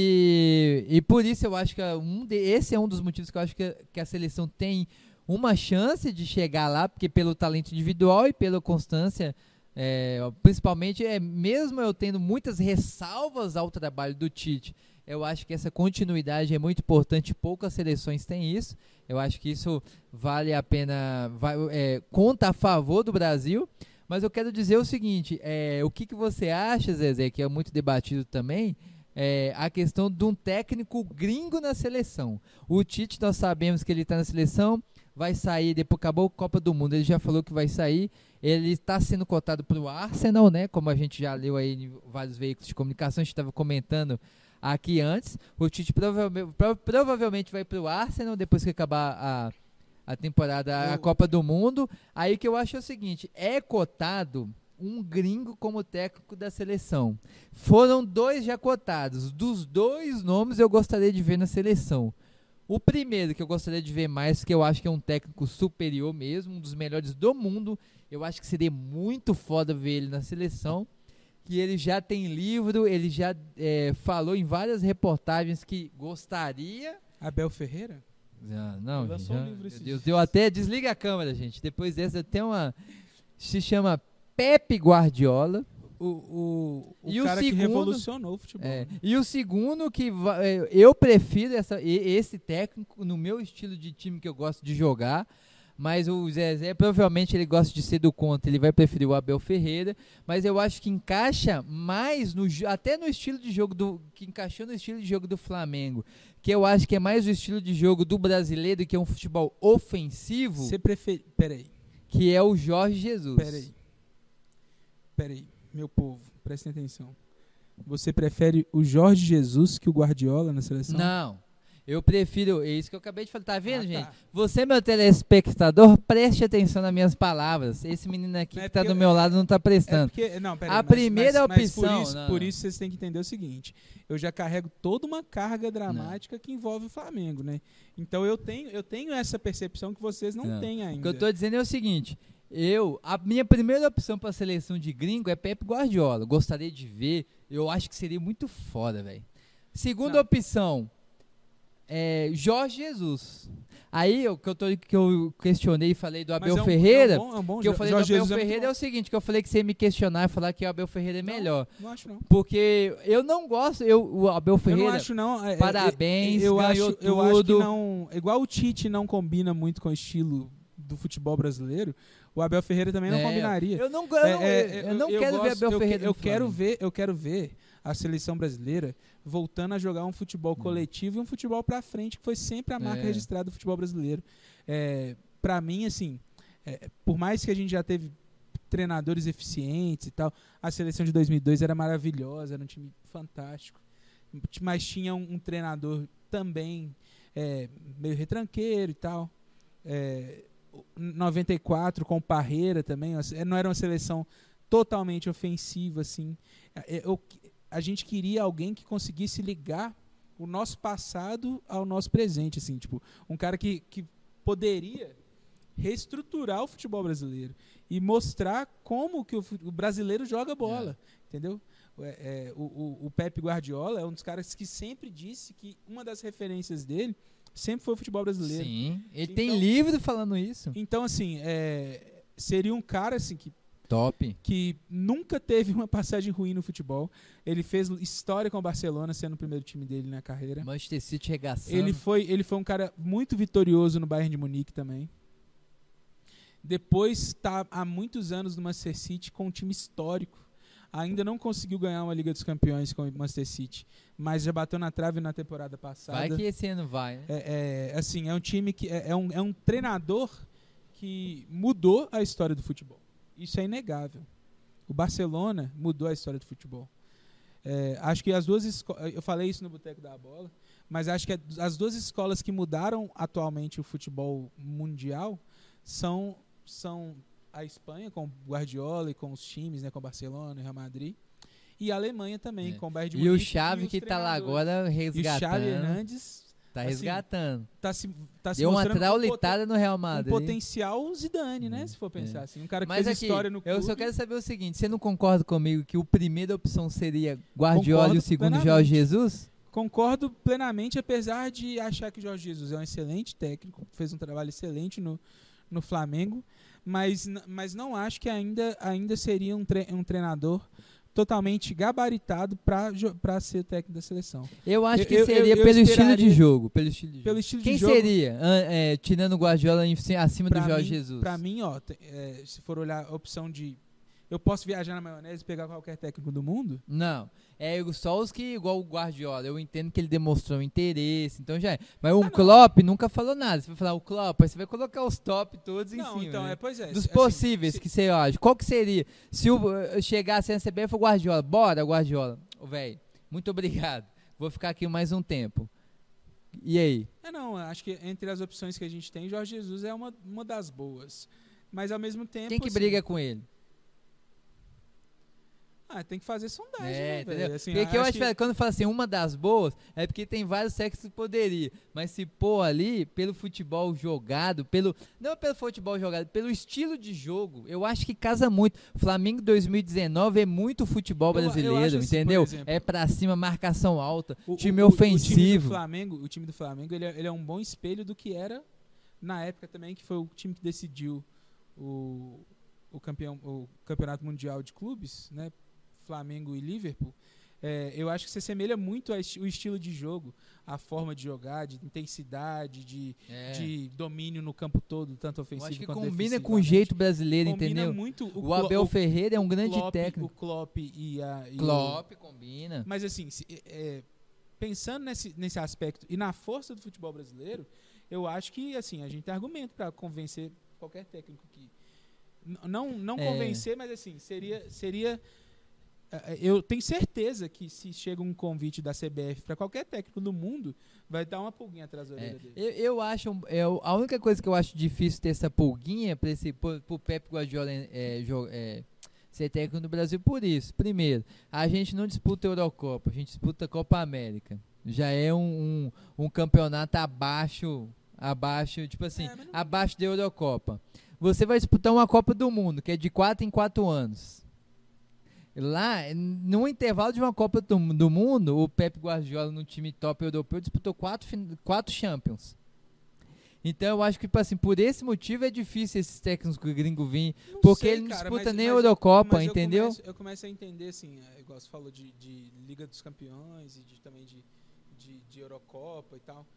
E por isso eu acho que esse é um dos motivos que eu acho que a seleção tem uma chance de chegar lá, porque pelo talento individual e pela constância, principalmente, mesmo eu tendo muitas ressalvas ao trabalho do Tite, eu acho que essa continuidade é muito importante, poucas seleções têm isso. Eu acho que isso vale a pena, conta a favor do Brasil. Mas eu quero dizer o seguinte, o que você acha, Zezé, que é muito debatido também, a questão de um técnico gringo na seleção. O Tite, nós sabemos que ele está na seleção, vai sair, depois acabou a Copa do Mundo, ele já falou que vai sair, ele está sendo cotado para o Arsenal, né? Como a gente já leu aí em vários veículos de comunicação, a gente estava comentando aqui antes. O Tite provavelmente vai para o Arsenal depois que acabar a temporada, a Copa do Mundo. Aí o que eu acho é o seguinte, é cotado um gringo como técnico da seleção. Foram 2 já cotados. Dos 2 nomes eu gostaria de ver na seleção. O primeiro que eu gostaria de ver mais, que eu acho que é um técnico superior mesmo, um dos melhores do mundo, eu acho que seria muito foda ver ele na seleção, que ele já tem livro, ele já falou em várias reportagens que gostaria... Abel Ferreira? Não, gente, meu Deus, deu até... Desliga a câmera, gente. Depois dessa tem uma... Se chama Pep Guardiola. O cara que revolucionou o futebol. E o segundo que eu prefiro esse técnico no meu estilo de time que eu gosto de jogar, mas o Zezé provavelmente ele gosta de ser do contra, ele vai preferir o Abel Ferreira, mas eu acho que encaixa mais até no estilo de jogo que encaixou no estilo de jogo do Flamengo, que eu acho que é mais o estilo de jogo do brasileiro, que é um futebol ofensivo. Você prefere... Peraí. Que é o Jorge Jesus. Peraí. Meu povo, prestem atenção. Você prefere o Jorge Jesus que o Guardiola na seleção? Não, eu prefiro, é isso que eu acabei de falar, tá vendo, gente? Tá. Você, meu telespectador, preste atenção nas minhas palavras. Esse menino aqui que tá do meu lado não tá prestando. Peraí, primeira opção... Por isso vocês têm que entender o seguinte, eu já carrego toda uma carga dramática que envolve o Flamengo, né? Então eu tenho essa percepção que vocês não têm ainda. O que eu tô dizendo é o seguinte... A minha primeira opção para a seleção de gringo é Pep Guardiola. Gostaria de ver, eu acho que seria muito foda, velho. Segunda opção é Jorge Jesus. Aí o que eu questionei e falei do Abel Ferreira, que eu falei do Abel Ferreira é o seguinte, que eu falei que você ia me questionar e falar que o Abel Ferreira é melhor. Não acho não. Porque eu não gosto, o Abel Ferreira... Eu não acho não. Parabéns, eu ganhou acho, tudo. Eu acho que não... Igual o Tite não combina muito com o estilo do futebol brasileiro, o Abel Ferreira também não combinaria. Eu não quero ver Abel Ferreira. Eu quero ver a seleção brasileira voltando a jogar um futebol coletivo e um futebol pra frente, que foi sempre a marca registrada do futebol brasileiro. Pra mim, assim, por mais que a gente já teve treinadores eficientes e tal, a seleção de 2002 era maravilhosa, era um time fantástico, mas tinha um treinador também meio retranqueiro e tal. 94 com o Parreira também, não era uma seleção totalmente ofensiva, assim. A gente queria alguém que conseguisse ligar o nosso passado ao nosso presente, assim, tipo, um cara que poderia reestruturar o futebol brasileiro e mostrar como que o brasileiro joga bola, entendeu? O Pep Guardiola é um dos caras que sempre disse que uma das referências dele sempre foi o futebol brasileiro. Sim, ele tem livro falando isso. Então, assim, seria um cara assim, top, que nunca teve uma passagem ruim no futebol. Ele fez história com o Barcelona, sendo o primeiro time dele na carreira. Manchester City regaçando. Ele foi um cara muito vitorioso no Bayern de Munique também. Depois está há muitos anos no Manchester City com um time histórico. Ainda não conseguiu ganhar uma Liga dos Campeões com o Manchester City, mas já bateu na trave na temporada passada. Vai que esse ano vai, né? Assim, é um time que é um treinador que mudou a história do futebol. Isso é inegável. O Barcelona mudou a história do futebol. Acho que as duas eu falei isso no Boteco da Bola. Mas acho que as duas escolas que mudaram atualmente o futebol mundial são a Espanha, com o Guardiola e com os times, né, com o Barcelona e Real Madrid, e a Alemanha também, com o Bayern de E Munique. o Xavi que tá lá agora resgatando. E o Xavi Hernandes tá resgatando. Tá se Deu uma mostrando traulitada no Real Madrid. Um potencial Zidane, né, se for pensar assim. Um cara que Mas fez aqui, história no clube. Eu só quero saber o seguinte, você não concorda comigo que a primeira opção seria Guardiola Concordo e o segundo plenamente. Jorge Jesus? Concordo plenamente, apesar de achar que o Jorge Jesus é um excelente técnico, fez um trabalho excelente no Flamengo, mas não acho que ainda seria um treinador totalmente gabaritado para ser técnico da seleção. Eu acho que seria pelo estilo de jogo. Pelo estilo de jogo. Quem seria, tirando o Guardiola acima do Jorge Jesus? Para mim, se for olhar a opção de... Eu posso viajar na maionese e pegar qualquer técnico do mundo? Não. É só os que, igual o Guardiola, eu entendo que ele demonstrou interesse, então já é. Mas o Klopp nunca falou nada. Você vai falar o Klopp, aí você vai colocar os top todos em cima. Então, né? Pois é. Dos possíveis que você acha. Qual que seria? Se chegasse na CBF o Guardiola, bora Guardiola. Velho, muito obrigado. Vou ficar aqui mais um tempo. E aí? Acho que entre as opções que a gente tem, Jorge Jesus é uma das boas. Mas ao mesmo tempo... Quem que briga com ele? Tem que fazer sondagem, né, entendeu? Assim, porque eu acho que quando fala assim, uma das boas, é porque tem vários sexos que poderia. Mas se pôr ali, pelo futebol jogado, não pelo futebol jogado, pelo estilo de jogo, eu acho que casa muito. Flamengo 2019 é muito futebol brasileiro, assim, entendeu? Exemplo, é pra cima, marcação alta, time ofensivo. O time do Flamengo ele é um bom espelho do que era na época também, que foi o time que decidiu o campeonato mundial de clubes, né? Flamengo e Liverpool. Eu acho que se assemelha muito ao estilo de jogo, a forma de jogar, de intensidade, de domínio no campo todo, tanto ofensivo quanto defensivo. Combina com o jeito brasileiro, entendeu? Muito o Abel Ferreira é um grande técnico. O Klopp Klopp combina. Mas assim, pensando nesse aspecto e na força do futebol brasileiro, eu acho que assim, a gente tem argumento para convencer qualquer técnico que não convencer, mas assim, seria eu tenho certeza que se chega um convite da CBF para qualquer técnico do mundo, vai dar uma pulguinha atrás da orelha dele. Eu acho, a única coisa que eu acho difícil ter essa pulguinha pro Pep Guardiola ser técnico no Brasil por isso. Primeiro, a gente não disputa a Eurocopa, a gente disputa a Copa América. Já é um campeonato abaixo, tipo assim, abaixo da Eurocopa. Você vai disputar uma Copa do Mundo, que é de 4 em 4 anos. Lá, no intervalo de uma Copa do Mundo, o Pep Guardiola no time top europeu disputou 4 Champions. Então eu acho que, assim, por esse motivo é difícil esses técnicos gringos virem, porque ele não disputa nem a Eurocopa, entendeu? Eu começo a entender, assim, igual você falou de Liga dos Campeões e também de Eurocopa e tal.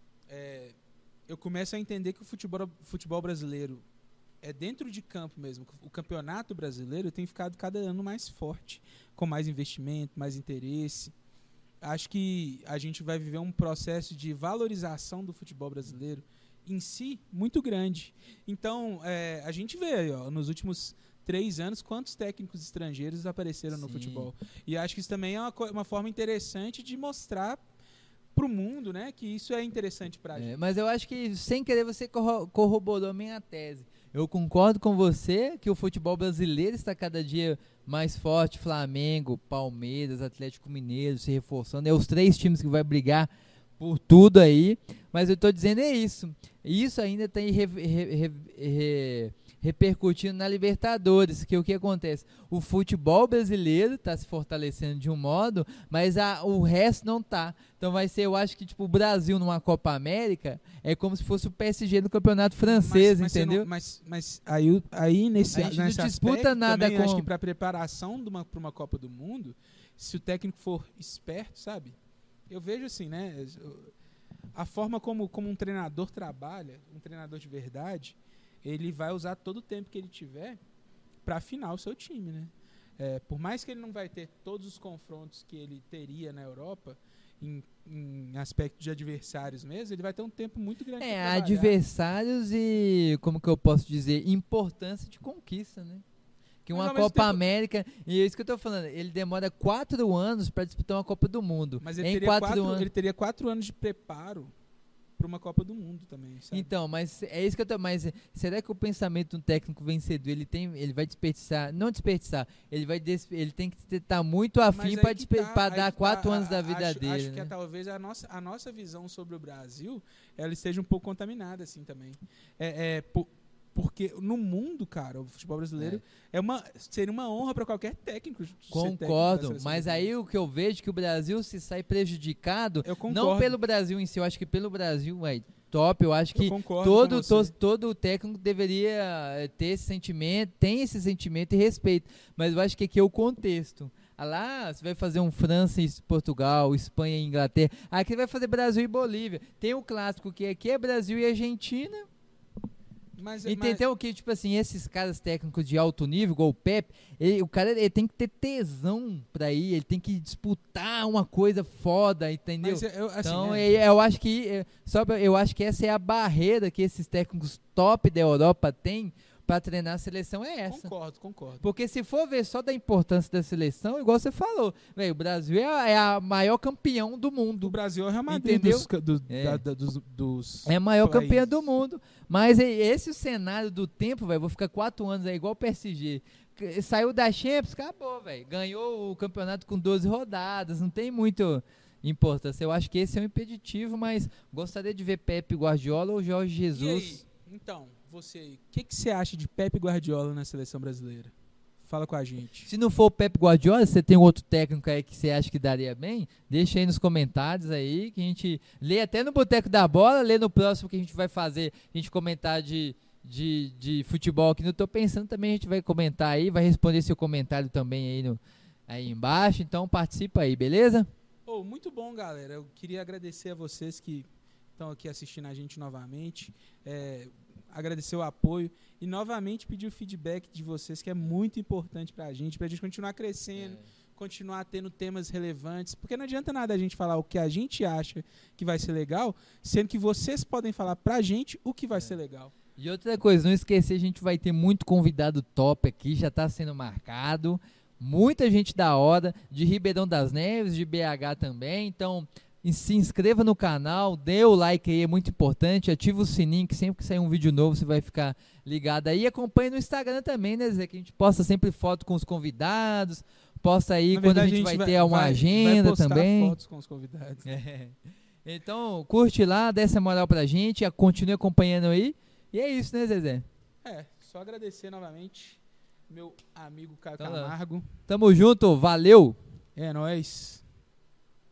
Eu começo a entender que o futebol brasileiro dentro de campo mesmo. O campeonato brasileiro tem ficado cada ano mais forte, com mais investimento, mais interesse. Acho que a gente vai viver um processo de valorização do futebol brasileiro em si muito grande. Então, a gente vê aí, nos últimos 3 anos quantos técnicos estrangeiros apareceram no futebol. E acho que isso também é uma forma interessante de mostrar para o mundo, né, que isso é interessante para a gente. Mas eu acho que, sem querer, você corroborou a minha tese. Eu concordo com você que o futebol brasileiro está cada dia mais forte. Flamengo, Palmeiras, Atlético Mineiro se reforçando. É os 3 times que vai brigar por tudo aí. Mas eu estou dizendo isso. Isso ainda tem repercutindo na Libertadores, que o que acontece? O futebol brasileiro está se fortalecendo de um modo, mas o resto não está. Então vai ser, eu acho que tipo, o Brasil numa Copa América é como se fosse o PSG no campeonato francês, entendeu? Mas aí nesse a gente não disputa aspecto, nada também com... acho que para a preparação para uma Copa do Mundo, se o técnico for esperto, sabe? Eu vejo assim, né? A forma como um treinador trabalha, um treinador de verdade, ele vai usar todo o tempo que ele tiver para afinar o seu time, né? Por mais que ele não vai ter todos os confrontos que ele teria na Europa, em aspecto de adversários mesmo, ele vai ter um tempo muito grande para trabalhar. Adversários e, como que eu posso dizer, importância de conquista, né? Que Mas, uma ao mesmo Copa tempo- América, e é isso que eu tô falando, ele demora 4 anos para disputar uma Copa do Mundo. Mas em 4 anos. ele teria 4 anos de preparo para uma Copa do Mundo também, sabe? Então, mas é isso que eu tô. Mas será que o pensamento de um técnico vencedor ele vai desperdiçar? Não desperdiçar, ele tem que estar muito afim Mas para aí que tá, dar aí que 4 tá, anos da vida acho, dele. Acho que né? talvez a nossa visão sobre o Brasil ela esteja um pouco contaminada assim também. Porque no mundo, cara, o futebol brasileiro seria uma honra para qualquer técnico. ser técnico da Concordo, seleção mas brasileira. aí o que eu vejo é que o Brasil se sai prejudicado, Eu concordo. não pelo Brasil em si, eu acho que pelo Brasil, top, eu acho que Eu concordo com você. todo técnico deveria ter esse sentimento, tem esse sentimento e respeito, mas eu acho que aqui é o contexto. Lá você vai fazer um França e Portugal, Espanha e Inglaterra, aqui vai fazer Brasil e Bolívia, tem o clássico que aqui é Brasil e Argentina. Entendeu que, tipo assim, esses caras técnicos de alto nível, igual o Pepe, o cara ele tem que ter tesão pra ir, ele tem que disputar uma coisa foda, entendeu? Mas Então, eu acho que essa é a barreira que esses técnicos top da Europa têm pra treinar a seleção, é essa. Concordo. Porque se for ver só da importância da seleção, igual você falou, véio, o Brasil é a maior campeão do mundo. O Brasil é o Real Madrid Entendeu? dos É a maior países. campeã do mundo. Mas esse é o cenário do tempo, velho. Vou ficar 4 anos, é igual o PSG. Saiu da Champions, acabou, velho. Ganhou o campeonato com 12 rodadas. Não tem muito importância. Eu acho que esse é um impeditivo, mas gostaria de ver Pepe Guardiola ou Jorge Jesus. E aí? Então, você aí, o que você acha de Pepe Guardiola na seleção brasileira? Fala com a gente. Se não for o Pepe Guardiola, você tem outro técnico aí que você acha que daria bem? Deixa aí nos comentários aí, que a gente lê até no Boteco da Bola, lê no próximo que a gente vai fazer, a gente comentar de futebol que não tô pensando, também a gente vai comentar aí, vai responder seu comentário também aí embaixo, então participa aí, beleza? Muito bom, galera. Eu queria agradecer a vocês que estão aqui assistindo a gente novamente. Agradecer o apoio e novamente pedir o feedback de vocês, que é muito importante pra gente continuar crescendo, continuar tendo temas relevantes, porque não adianta nada a gente falar o que a gente acha que vai ser legal, sendo que vocês podem falar pra gente o que vai ser legal. E outra coisa, não esquecer, a gente vai ter muito convidado top aqui, já tá sendo marcado, muita gente da hora, de Ribeirão das Neves, de BH também, então se inscreva no canal, dê o like aí, é muito importante, ativa o sininho que sempre que sair um vídeo novo você vai ficar ligado aí, e acompanhe no Instagram também, né, Zé, que a gente posta sempre foto com os convidados, posta aí quando a gente vai ter uma agenda vai postar também. Fotos com os convidados. Então, curte lá, dê essa moral pra gente, continue acompanhando aí, e é isso, né, Zezé? Só agradecer novamente meu amigo Caio Camargo. Tamo junto, valeu! É nóis.